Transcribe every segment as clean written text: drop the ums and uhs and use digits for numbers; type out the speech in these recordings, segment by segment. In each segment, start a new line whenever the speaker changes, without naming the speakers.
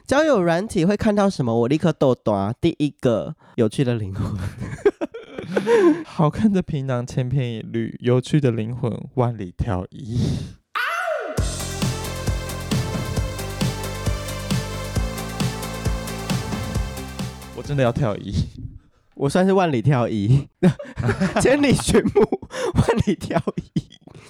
交友软体会看到什么？我立刻豆短。第一个，有趣的灵魂。
好看的皮囊千篇一律，有趣的灵魂万里挑一。我真的要挑一，
我算是万里挑一，千里寻母，万里挑一。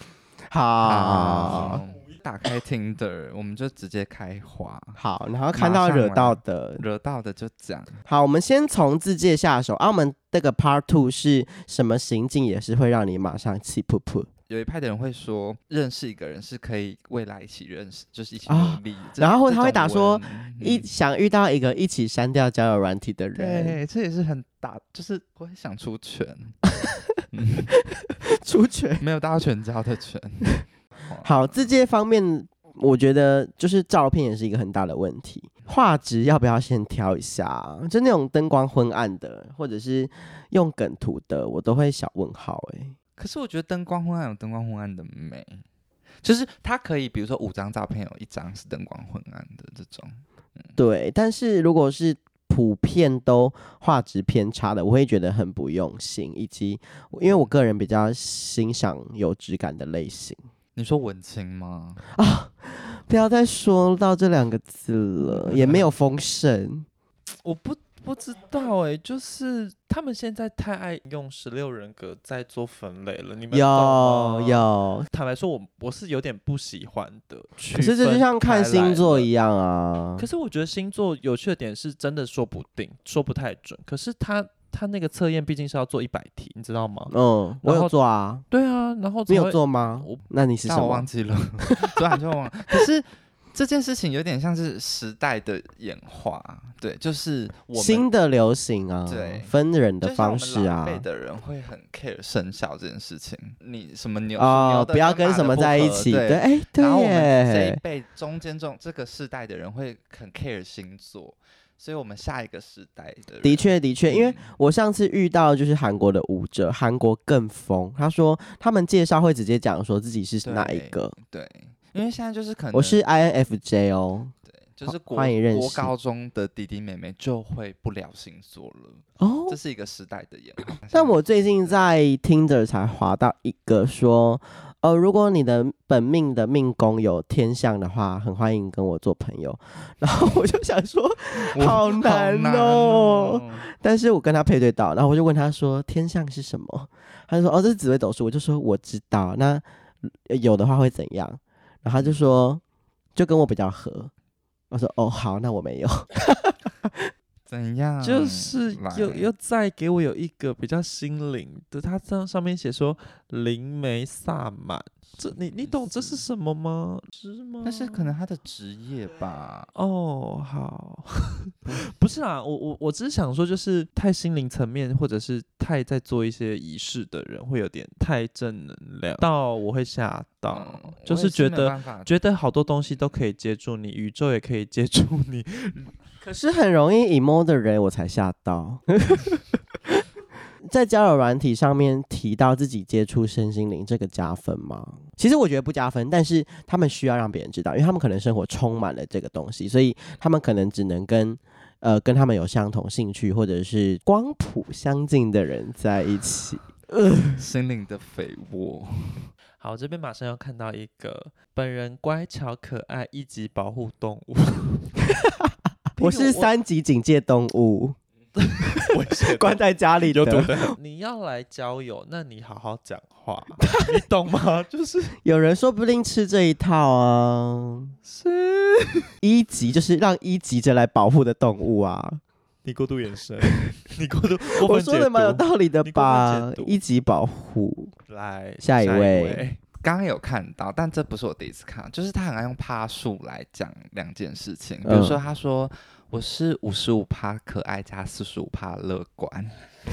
好，
打开 Tinder， 我们就直接开滑。
好，然后看到惹到的
就讲。
好，我们先从自介下手。我们这个 Part 2是什么行径也是会让你马上气噗噗。
有一派的人会说，认识一个人是可以未来一起认识，就是一起努力。
然后他会打说，想遇到一个一起删掉交友软体的人。
对，这也是很大，就是我很想出拳。
出拳
没有到拳交的拳。
好，自介方面，我觉得就是照片也是一个很大的问题。画质要不要先挑一下？就那种灯光昏暗的，或者是用梗图的，我都会小问号
可是我觉得灯光昏暗有灯光昏暗的美，就是它可以，比如说5张照片有1张是灯光昏暗的这种。
对，但是如果是普遍都画质偏差的，我会觉得很不用心，以及因为我个人比较欣赏有质感的类型。
你说文青吗？
不要再说到这2个字了，也没有丰盛。
我不知道就是他们现在太爱用16人格在做分类了，你们懂吗？
有。
坦白说我是有点不喜欢的。
可是这就像看星座一样啊。
可是我觉得星座有趣的点是真的说不定，说不太准。可是他那个测验毕竟是要做100题，你知道吗？
我有做啊。
对啊，然后
你有做吗？那你是什么？
我忘记了，突然就忘了。可是这件事情有点像是时代的演化，对，就是我们
新的流行啊，
对，
分人的方式啊。
就像我们老一辈的人会很 care 生肖这件事情，你什么牛
不要跟什么在一起，对，对。
然后我们这一辈中间这个世代的人会很 care 星座。所以我们下一个时代的人
的确，因为我上次遇到就是韩国的舞者，韩国更疯，他说他们介绍会直接讲说自己是哪一个。
对，因为现在就是可能
我是 INFJ 哦。
对，就是
欢迎认识。
国高中的弟弟妹妹就会不聊星座了这是一个时代的演化。
但我最近在 Tinder 才滑到一个说，如果你的本命的命宫有天象的话，很欢迎跟我做朋友。然后我就想说，好难哦。但是我跟他配对到，然后我就问他说，天象是什么？他就说，这是紫微斗数。我就说我知道，那有的话会怎样？然后他就说，就跟我比较合。我说好，那我没有。
怎样？
就是又再给我有一个比较心灵的，它上面写说灵媒萨满，这你懂这是什么吗？是吗？
但是可能他的职业吧。
好，不是啦，我只是想说，就是太心灵层面，或者是太在做一些仪式的人，会有点太正能量到我会吓到，就是觉得好多东西都可以接住你，宇宙也可以接住你。
可是很容易 emo 的人我才吓到。在交友软体上面提到自己接触身心灵，这个加分吗？其实我觉得不加分，但是他们需要让别人知道，因为他们可能生活充满了这个东西，所以他们可能只能跟他们有相同兴趣或者是光谱相近的人在一起。
心灵的肥沃。
好，这边马上要看到一个本人乖巧可爱1级保护动物。
我是3级警戒动物。关在家里的。
你要来交友，那你好好讲话，你懂吗？就是
有人说不定吃这一套啊。
是
1级就是让1级者来保护的动物啊。
你过度延伸，你过度
我说的蛮有道理的吧？1级保护。
来，
下一位。
刚刚有看到，但这不是我第一次看，就是他很爱用趴数来讲2件事情，比如说他说我是55%可爱加45%乐观。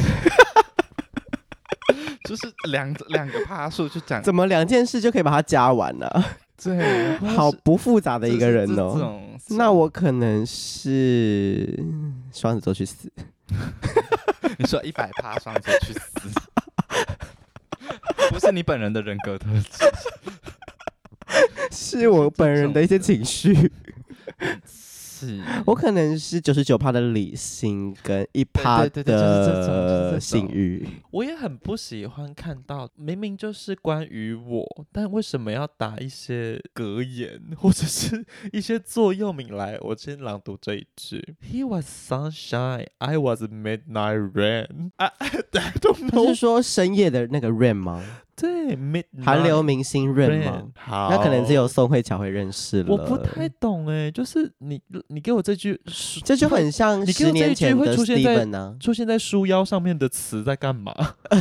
就是两个趴数就讲，
怎么2件事就可以把它加完了？
对，
好不复杂的一个人哦。那我可能是双子座去死。
你说100%双子座去死。不是你本人的人格特质，
是我本人的一些情绪。
气。
我可能是99%的理性跟1%
对就是这
的
种
性欲。
我也很不喜欢看到明明就是关于我，但为什么要打一些格言或者是一些座右铭来？我先朗读这一句 ：He was sunshine, I was midnight rain. I don't
他是
know。
说深夜的那个 rain 吗？
对，midnight
韩流明星 rain 吗？
好，
那可能只有宋慧乔会认识了。
我不太懂哎，就是你给我这句，
这就很像10
你给我这一句
年前的
会出现在
Steven 呢、
出现在书腰上面的词在干嘛？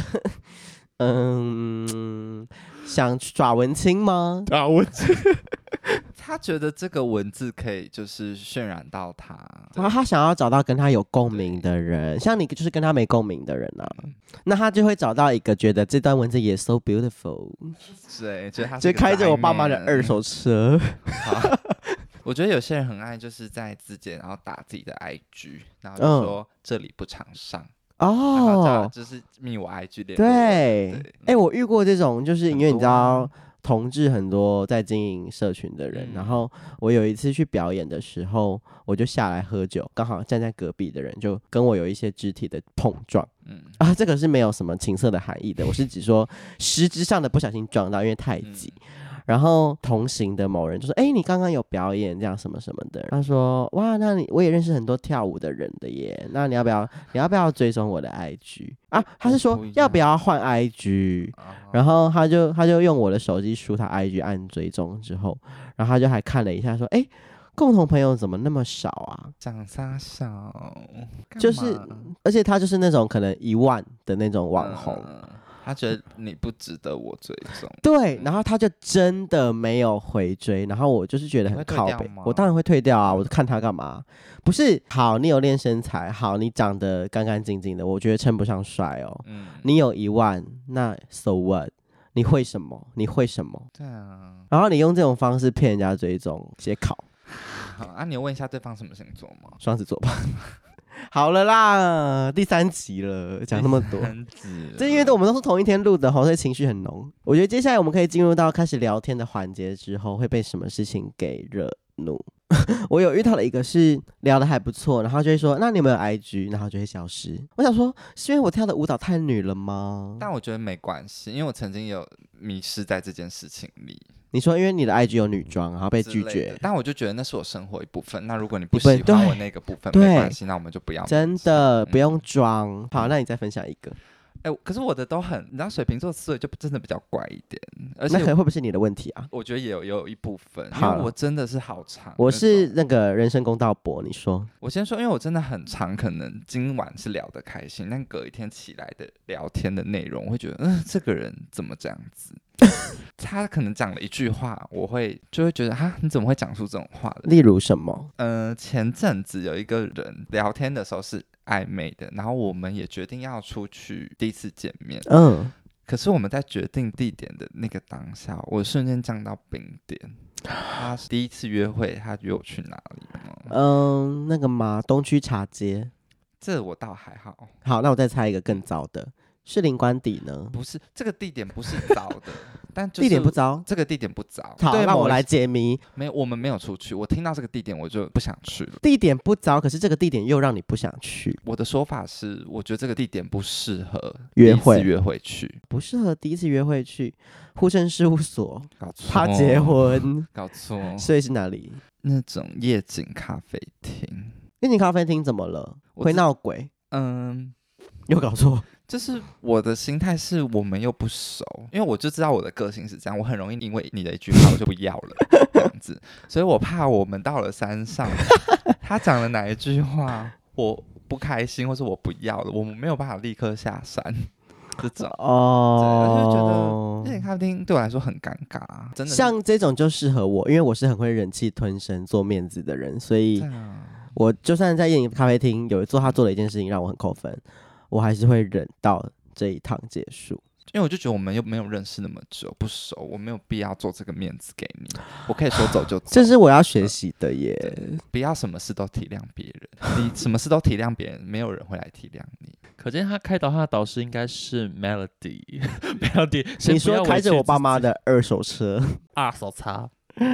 想耍文青吗？
啊，我
他觉得这个文字可以就是渲染到他，
然后他想要找到跟他有共鸣的人，像你就是跟他没共鸣的人啊，那他就会找到一个觉得这段文字也 so beautiful，
对，觉得他是
就
一个
开着我爸妈的
宅男
二手车。
好我觉得有些人很爱就是在字节然后打自己的 IG， 然后就说这里不常上。然后
哦，
就是密我 IG 联络我。
对，我遇过这种，就是因为你知
很
道
多。
同志很多在经营社群的人，然后我有一次去表演的时候，我就下来喝酒，刚好站在隔壁的人就跟我有一些肢体的碰撞，这个是没有什么情色的含义的，我是指说实质上的不小心撞到，因为太挤。然后同行的某人就说：“你刚刚有表演这样什么什么的。”他说：“哇，那我也认识很多跳舞的人的耶，那你要不要追踪我的 IG 啊？”他是说要不要换 IG，然后他就用我的手机输他 IG 按追踪之后，然后他就还看了一下说：“共同朋友怎么那么少啊？”
长沙小，
就是而且他就是那种可能1万的那种网红。
他觉得你不值得我追踪，
对，然后他就真的没有回追，然后我就是觉得很靠北，我当然会退掉啊！我看他干嘛？不是好，你有练身材，好，你长得干干净净的，我觉得称不上帅哦。你有1万，那 so what？ 你会什么？你会什么？
对啊。
然后你用这种方式骗人家追踪，写考。
好啊，你有问一下对方什么星座吗？
双子座吧。好了啦，第3集了，讲那么多，这因为我们都是同一天录的，所以情绪很浓。我觉得接下来我们可以进入到开始聊天的环节之后，会被什么事情给惹怒？我有遇到了一个是聊得还不错，然后就会说：“那你有没有 IG？” 然后就会消失。我想说，是因为我跳的舞蹈太女了吗？
但我觉得没关系，因为我曾经有迷失在这件事情里。
你说因为你的 IG 有女装，然后被拒绝，
但我就觉得那是我生活一部分。那如果你不喜欢我那个部分，没关系，那我们就不要。
真的不用装。好，那你再分享一个。
可是我的都很，你知道水瓶座思维就真的比较怪一点，而且
那可能会不会是你的问题啊？
我觉得也有一部分，因为我真的是好长。
我是那个人生公道伯，你说。
我先说，因为我真的很长，可能今晚是聊得开心，但隔一天起来的聊天的内容，我会觉得，这个人怎么这样子？他可能讲了一句话，就会觉得，你怎么会讲出这种话的？
例如什么？
前阵子有一个人聊天的时候是暧昧的，然后我们也决定要出去第一次见面。可是我们在决定地点的那个当下，我瞬间降到冰点。他第一次约会，他约我去哪里吗？
那个嘛，东区茶街。
这我倒还好。
好，那我再猜一个更糟的。是林官邸呢？
不是，这个地点不是糟的，但就是
地点不糟，
这个地点不糟。
好，让我来解谜。
没有，我们没有出去。我听到这个地点，我就不想去了。
地点不糟，可是这个地点又让你不想去。
我的说法是，我觉得这个地点不适合
约会
去，
不适合第一次约会去。户政事务所，
搞错，
怕结婚，
搞错。
所以是哪里？
那种夜景咖啡厅。
夜景咖啡厅怎么了？会闹鬼？又搞错。
就是我的心态是我们又不熟，因为我就知道我的个性是这样，我很容易因为你的一句话我就不要了这样子，所以我怕我们到了山上，他讲了哪一句话我不开心或是我不要了，我们没有办法立刻下山。这种我就觉得夜景咖啡厅对我来说很尴尬，真的。
像这种就适合我，因为我是很会忍气吞声、做面子的人，所以我就算在夜景咖啡厅有他做了一件事情让我很扣分，我还是会忍到这一趟结束。
因为我就觉得我们又没有认识那么久，不熟，我没有必要做这个面子给你，我可以说走就走。
这是我要学习的耶，
不要什么事都体谅别人，你什么事都体谅别人，没有人会来体谅你。
可见他开导他的导师应该是 Melody，
你说开着我爸妈的二手车，
二手车。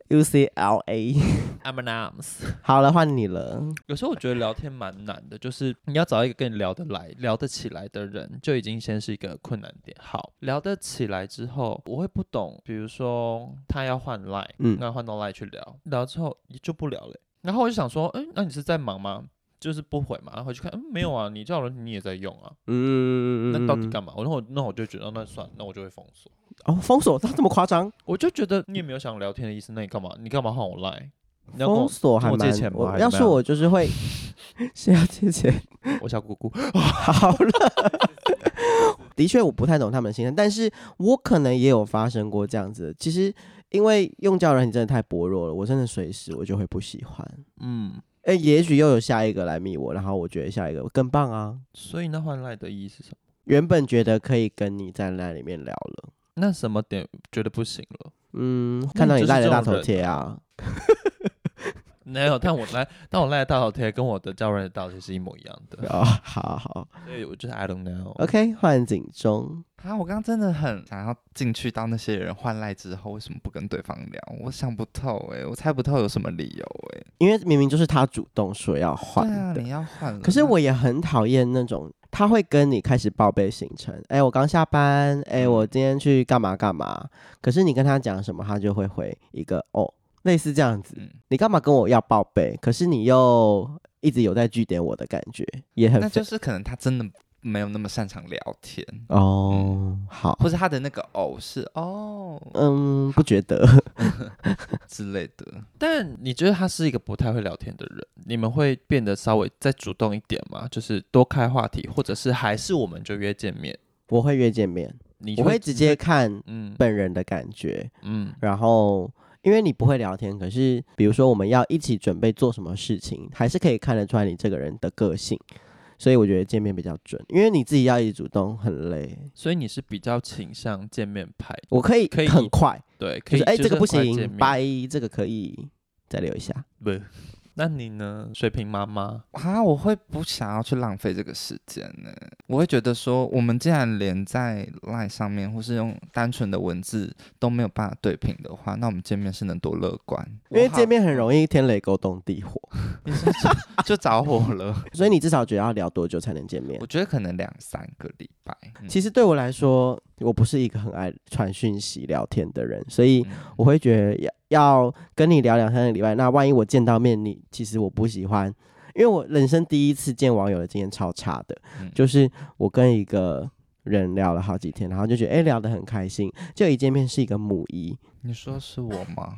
UCLA。
M&M's。
好了，换你了。
有时候我觉得聊天蛮难的，就是你要找一个跟你聊得来、聊得起来的人，就已经先是一个困难点。好，聊得起来之后，我会不懂，比如说他要换 Line，那换到 Line 去聊，聊之后也就不聊了。然后我就想说，那你是在忙吗？就是不回嘛，然后回去看，没有啊，你叫人你也在用啊，那到底干嘛？那我就觉得那算了，那我就会封锁。
哦，封锁，他这么夸张？
我就觉得你也没有想聊天的意思，那你干嘛？你干嘛换我 Line？
封锁还蛮……
借钱吗？
要是我就是会，谁要借钱？
我小姑姑。
好了，的确我不太懂他们的心态，但是我可能也有发生过这样子的。其实因为用交友软件真的太薄弱了，我真的随时我就会不喜欢。也许又有下一个来密我，然后我觉得下一个更棒啊。
所以那换 Line 的意义是什么？
原本觉得可以跟你在 Line 里面聊了，
那什么点觉得不行了？
看到你赖的大头贴啊。
没有，但我赖的大头贴跟我的交友软件大头贴是一模一样的。
好，
所以我就是 I don't know。
OK， 换警钟。
我刚刚真的很想要进去到那些人换赖之后，为什么不跟对方聊？我想不透我猜不透有什么理由
因为明明就是他主动说要换的。
对啊，你要换了。
可是我也很讨厌那种他会跟你开始报备行程，我刚下班，我今天去干嘛干嘛。可是你跟他讲什么，他就会回一个类似这样子。你干嘛跟我要报备？可是你又一直有在据点我的感觉，也很……
那就是可能他真的没有那么擅长聊天
好，
或者他的那个是
不觉得
之类的。
但你觉得他是一个不太会聊天的人，你们会变得稍微再主动一点吗？就是多开话题，或者是还是我们就约见面？
我会约见面，我会直接看本人的感觉，然后。因为你不会聊天，可是比如说我们要一起准备做什么事情，还是可以看得出来你这个人的个性，所以我觉得见面比较准。因为你自己要一直主动很累，
所以你是比较倾向见面派。
我可以很快，
对，可以
就是这个不行，拜，这个可以再留一下。
不，那你呢，水瓶妈妈？
我会不想要去浪费这个时间呢。我会觉得说，我们既然连在 LINE 上面或是用单纯的文字都没有办法对平的话，那我们见面是能多乐观？
因为见面很容易天雷勾动地火，
你说就着火了。
所以你至少觉得要聊多久才能见面？
我觉得可能2-3个礼拜。
其实对我来说，我不是一个很爱传讯息聊天的人，所以我会觉得要跟你聊2-3个礼拜，那万一我见到面其实我不喜欢，因为我人生第一次见网友的经验超差的，就是我跟一个人聊了好几天，然后就觉得聊得很开心，就一见面是一个母仪。
你说是我吗？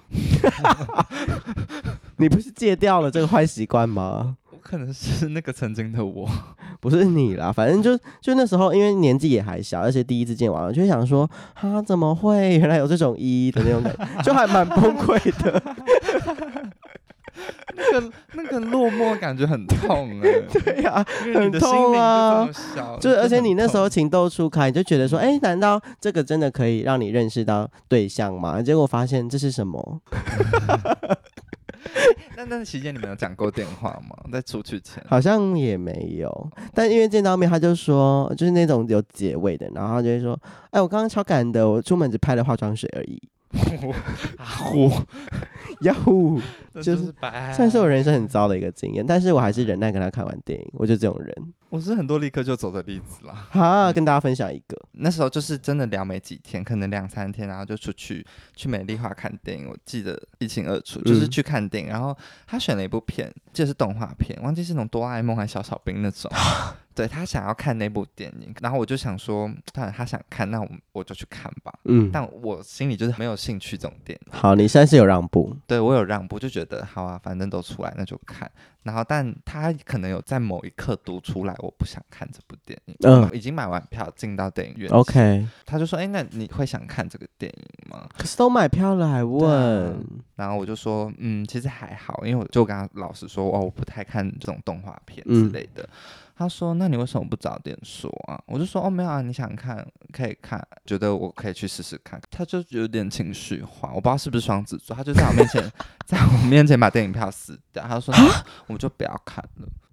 你不是戒掉了这个坏习惯吗？
我可能是那个曾经的我。
不是你啦，反正就那时候，因为年纪也还小，而且第一次见网友，就会想说，怎么会？原来有这种的那种感觉，就还蛮崩溃的。
那个落寞感觉很痛
对呀，很痛啊，就是而且你那时候情窦初开，你就觉得说，难道这个真的可以让你认识到对象吗？结果发现这是什么？
那期间你们有讲过电话吗？在出去前
好像也没有，但因为见到面他就说，就是那种有结尾的，然后他就会说，我刚刚超赶的，我出门只拍了化妆水而已。呀呼，就是算是我人生很糟的一个经验，但是我还是忍耐跟他看完电影。我就这种人，
我是很多立刻就走的例子啦。
跟大家分享一个，
那时候就是真的聊没几天，可能2-3天，然后就出去美丽华看电影。我记得一清二楚，就是去看电影，然后他选了一部片，记得是动画片，忘记是那种哆啦 A 梦还是小小兵那种。对，他想要看那部电影，然后我就想说，当然他想看，那我就去看吧。但我心里就是没有兴趣这种电影。
好，你现在是有让步？
对，我有让步，就觉得好啊，反正都出来，那就看。然后，但他可能有在某一刻读出来，我不想看这部电影。已经买完票进到电影院。
OK，
他就说：“那你会想看这个电影吗？”
可是都买票了还问。
然后我就说：“其实还好，因为我就跟他老实说，我不太看这种动画片之类的。他说：“那你为什么不早点说啊？”我就说：“没有啊，你想看可以看，觉得我可以去试试看。”他就有点情绪化，我不知道是不是双子座，他就在我面前把电影票撕掉。他说：“我们就不要看了。”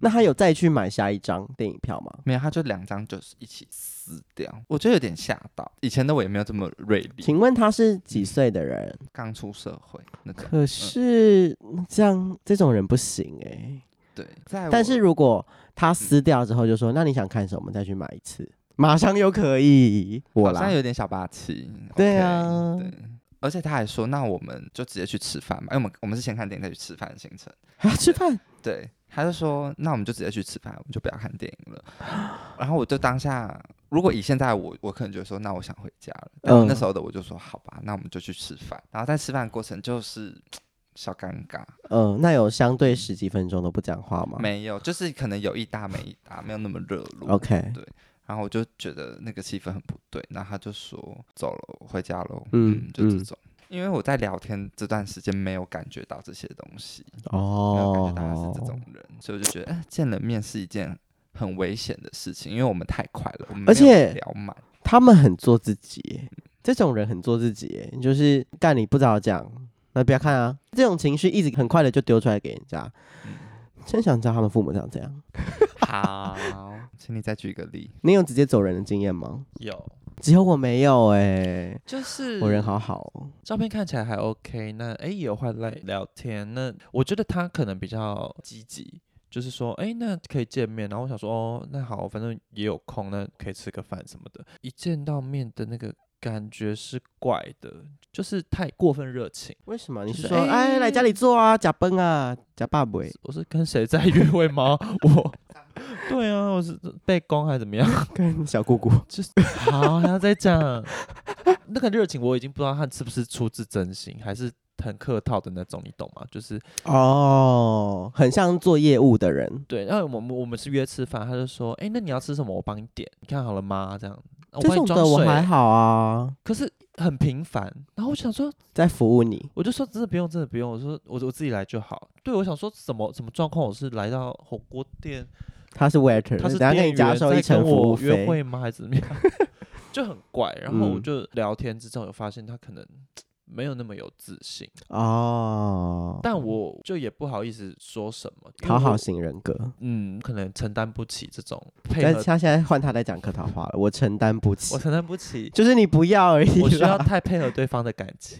那他有再去买下一张电影票吗？
没有，他就2张就是一起撕掉，我觉得有点吓到。以前的我也没有这么锐利。
请问他是几岁的人？
刚出社会那种。
可是这种人不行
对，
但是如果他撕掉之后就说，那你想看什么，我们再去买一次，马上又可以。我啦，
好像有点小霸气。
对啊，
对。而且他还说，那我们就直接去吃饭吧，因为我们是先看电影再去吃饭的行程。
吃饭？
对，他就说，那我们就直接去吃饭，我们就不要看电影了。然后我就当下，如果以现在我可能就说，那我想回家了。但那时候的我就说，好吧，那我们就去吃饭。然后在吃饭的过程就是小尴尬。
那有相对10几分钟都不讲话吗？
没有，就是可能有一搭没一搭，没有那么热络。
OK，
对。然后我就觉得那个气氛很不对，然后他就说走了，回家喽。就这种。因为我在聊天这段时间没有感觉到这些东西，没有感觉到他是这种人，所以我就觉得，见了面是一件很危险的事情，因为我们太快了，我们没有聊满。
他们很做自己这种人很做自己就是干你不早讲，那不要看啊，这种情绪一直很快的就丢出来给人家。真想知道他们父母长这样。
好，请你再举一个例。
你有直接走人的经验吗？
有，
只有我没有
就是
我人好好
照片看起来还 OK， 那也有话来聊天，那我觉得他可能比较积极，就是说那可以见面，然后我想说那好，反正也有空，那可以吃个饭什么的。一见到面的那个感觉是怪的，就是太过分热情。
为什么？你是说来家里坐啊，假崩啊，假爸不？
我是跟谁在约会吗？对啊，我是被攻还是怎么样？
跟小姑姑。
就是好，还要再讲那个热情，我已经不知道他是不是出自真心，还是很客套的那种，你懂吗？就是
很像做业务的人。
对，然后我们是约吃饭，他就说那你要吃什么？我帮你点，你看好了吗？这样。
这种的我还好啊，
可是很频繁，然后我想说
在服务你，
我就说真的不用，真的不用，我说我自己来就好。对，我想说什么状况？我是来到火锅店，
他是 waiter，
他是
等下跟你加收一成服务费，
约会吗？还是怎么样？就很怪。然后我就聊天之后有发现他可能没有那么有自信但我就也不好意思说什么，
讨好型人格，
可能承担不起这种配合。
他现在换他在讲客套话了，我承担不起，
我承担不起，
就是你不要而已，
我需要太配合对方的感情。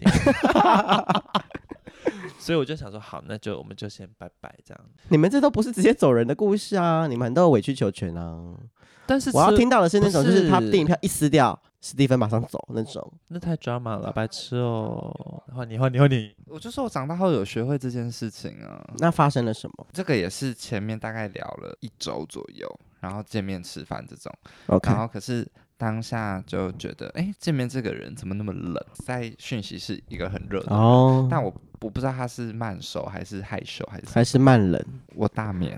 所以我就想说，好，那我们就先拜拜这样。
你们这都不是直接走人的故事啊，你们都有委曲求全啊。
但是
我要听到的是那种，就是他电影票一撕掉，史蒂芬马上走那种。
那太 drama 了，白痴哦！换你。
我就说我长大后有学会这件事情啊。
那发生了什么？
这个也是前面大概聊了1周左右，然后见面吃饭这种。
Okay.
然后可是当下就觉得，见面这个人怎么那么冷？在讯息是一个很热的人，但我不知道他是慢熟还是害羞还是
慢冷。
我大眠。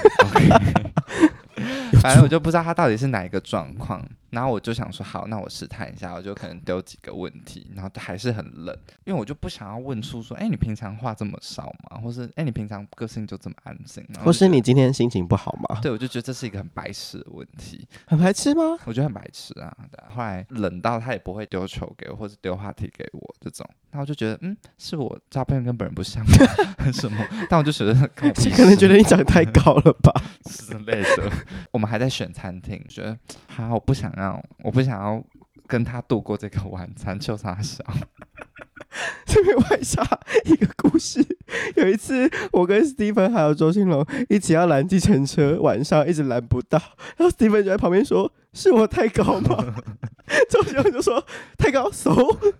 反正我就不知道他到底是哪一个状况，然后我就想说好，那我试探一下，我就可能丢几个问题，然后还是很冷，因为我就不想要问出说，你平常话这么少吗？或是你平常个性就这么安静？
或是你今天心情不好吗？
对，我就觉得这是一个很白痴的问题。
很白痴吗？
我觉得很白痴啊。后来冷到他也不会丢球给我，或是丢话题给我这种，那我就觉得是我照片跟本人不像吗？什么？但我就觉得
可能觉得你长太高了吧
之类的。我们还在选餐厅，觉得我不想要跟他度过这个晚餐，就他小。
这边外插一个故事，有一次我跟 Steven 还有周兴龙一起要拦计程车，晚上一直拦不到，然后 Steven 就在旁边说：“是我太高吗？”周兴龙就说：“太高，手。”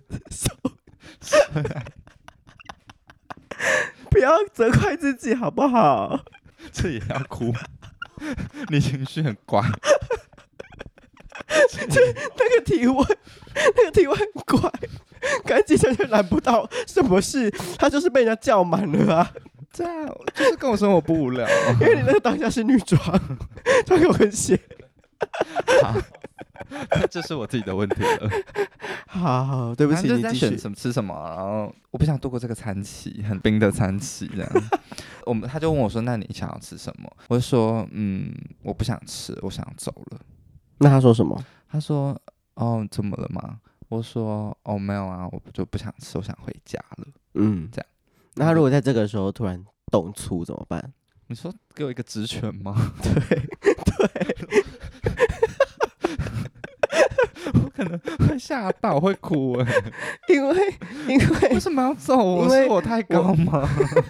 不要责怪自己好不好？
这也要哭？你情绪很怪。
那个体温很怪，赶紧就拦不到，什么事？他就是被人家叫满了啊！
对啊，就是跟我生活不无聊。
因为你那个当下是女装，穿给我很血。
好，这是我自己的问题了。
好，对不起，
你在选什么吃什么，然后我不想度过这个餐期，很冰的餐期这样。他就问我说：“那你想要吃什么？”我就说：“我不想吃，我想走了。”
那他说什么？
他说：“怎么了吗？”我说：“没有啊，我就不想吃，我想回家了。”这样。
那他如果在这个时候突然动粗怎么办？
你说给我一个职权吗？
对，
我可能会吓到，会哭哎、
因为
为什么要揍我？
因为
是我太高吗？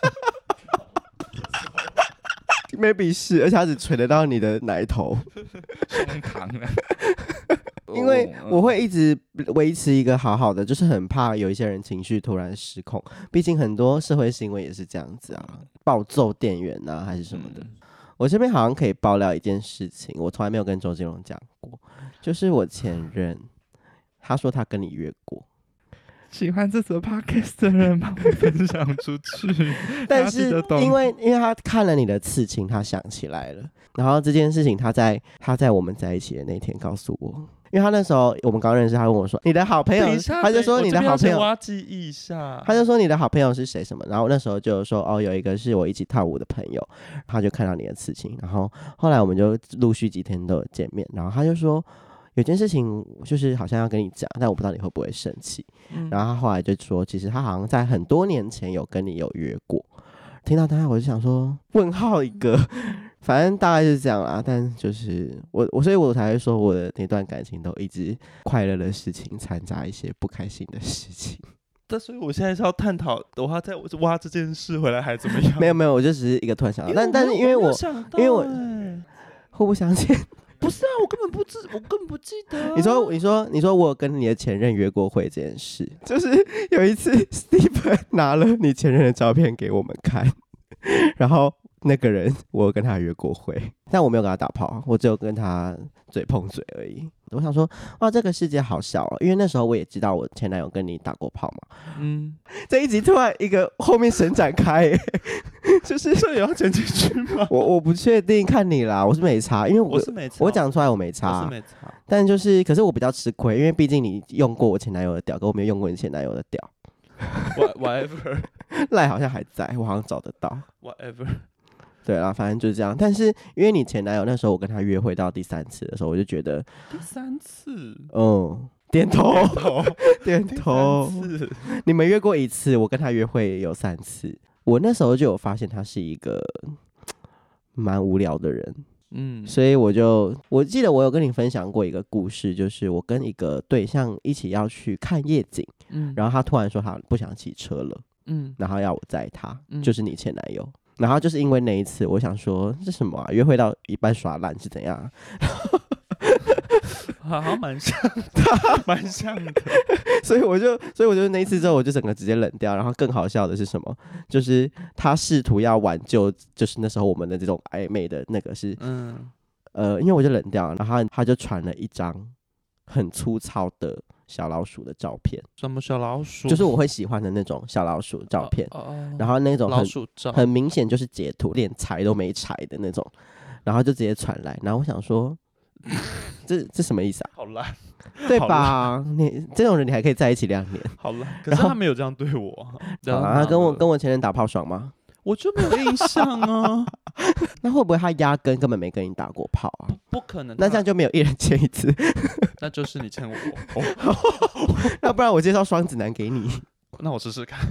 maybe 是，而且它只垂得到你的奶头，
胸膛啊！
因为我会一直维持一个好好的，就是很怕有一些人情绪突然失控，毕竟很多社会新闻也是这样子啊，暴揍店员啊还是什么的。我这边好像可以爆料一件事情，我从来没有跟周杰伦讲过，就是我前任，他说他跟你约过。
喜欢这则 podcast 的人帮我分享出去。
但是因为他看了你的刺青，他想起来了，然后这件事情他在我们在一起的那天告诉我，因为他那时候我们刚认识，他问我说你的好朋友，他就说你的好朋友，
挖记忆一下，
他就说你的好朋友是谁什么，然后那时候就说哦有一个是我一起跳舞的朋友，他就看到你的刺青，然后后来我们就陆续几天都有见面，然后他就说。有件事情就是好像要跟你讲，但我不知道你会不会生气。然后他后来就说，其实他好像在很多年前有跟你有约过。听到他，我就想说问号一个，反正大概是这样啦。但就是所以我才会说我的那段感情都一直快乐的事情掺杂一些不开心的事情。
但所以我现在是要探讨的话，再挖这件事回来还怎么样？
没有，我就只是一个突然想到，但是因为我互不相欠。
不是啊，我根本不记得、啊。
你说我跟你的前任约过会这件事，就是有一次 Steven 拿了你前任的照片给我们看，然后那个人我有跟他约过会，但我没有跟他打炮，我只有跟他嘴碰嘴而已。我想说，哇，这个世界好小哦，因为那时候我也知道我前男友跟你打过炮嘛。这一集突然一个后面神展开，就是
这也要剪进去吗？
我不确定，看你啦，我是没差，因为
我是没差，
我讲出来我没差，
我是没差，
但就是可是我比较吃亏，因为毕竟你用过我前男友的屌，可我没有用过你前男友的屌。
whatever，
赖好像还在，我好像找得到。
whatever。
对啦，反正就是这样。但是因为你前男友那时候我跟他约会到第3次的时候，我就觉得
第3次，
点头，点头。
第3次，
你们约过1次，我跟他约会有3次。我那时候就有发现他是一个蛮无聊的人，所以我记得我有跟你分享过一个故事，就是我跟一个对象一起要去看夜景，然后他突然说他不想骑车了，然后要我载他，就是你前男友。然后就是因为那一次，我想说这什么啊？约会到一半耍烂是怎样啊？
好像蛮像的，蛮像的。
所以我就那一次之后，我就整个直接冷掉。然后更好笑的是什么？就是他试图要挽救，就是那时候我们的这种暧昧的那个是，因为我就冷掉，然后他就传了一张很粗糙的小老鼠的照片。
什么小老鼠？
就是我会喜欢的那种小老鼠照片。然后那种
老鼠照
很明显就是截图，连裁都没裁的那种，然后就直接传来。然后我想说，这什么意思啊？
好烂，
对吧？你这种人你还可以在一起2年？
好烂。可是他没有这样对我。
他跟我前任打炮爽吗？
我就没有印象啊。
那会不会他压根根本没跟你打过炮啊？
不可能。
那这样就没有一人牵1次。
那就是你牵我。
那不然我介绍双子男给你。
那我试试看。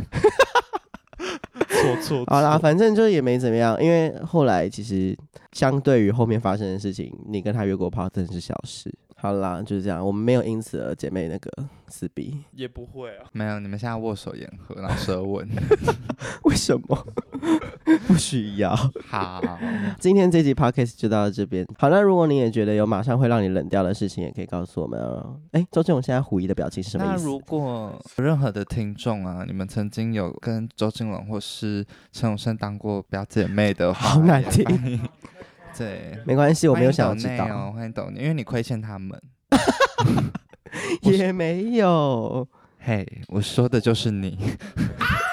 错。
好啦，反正就也没怎么样，因为后来其实相对于后面发生的事情，你跟他约过炮真的是小事。好啦，就是这样，我们没有因此而姐妹那个撕逼，
也不会啊。
没有，你们现在握手言和，然后舌吻。
为什么？不需要。
好，
今天这集 podcast 就到这边。好，那如果你也觉得有马上会让你冷掉的事情，也可以告诉我们哦。周杰伦现在狐疑的表情是什么意思？
那如果有任何的听众啊，你们曾经有跟周杰伦或是陈永生当过表姐妹的话，
好难听。
对，
没关系，我没有想要知道。
欢迎抖内，因为你亏欠他们。
也没有。
嘿，我说的就是你。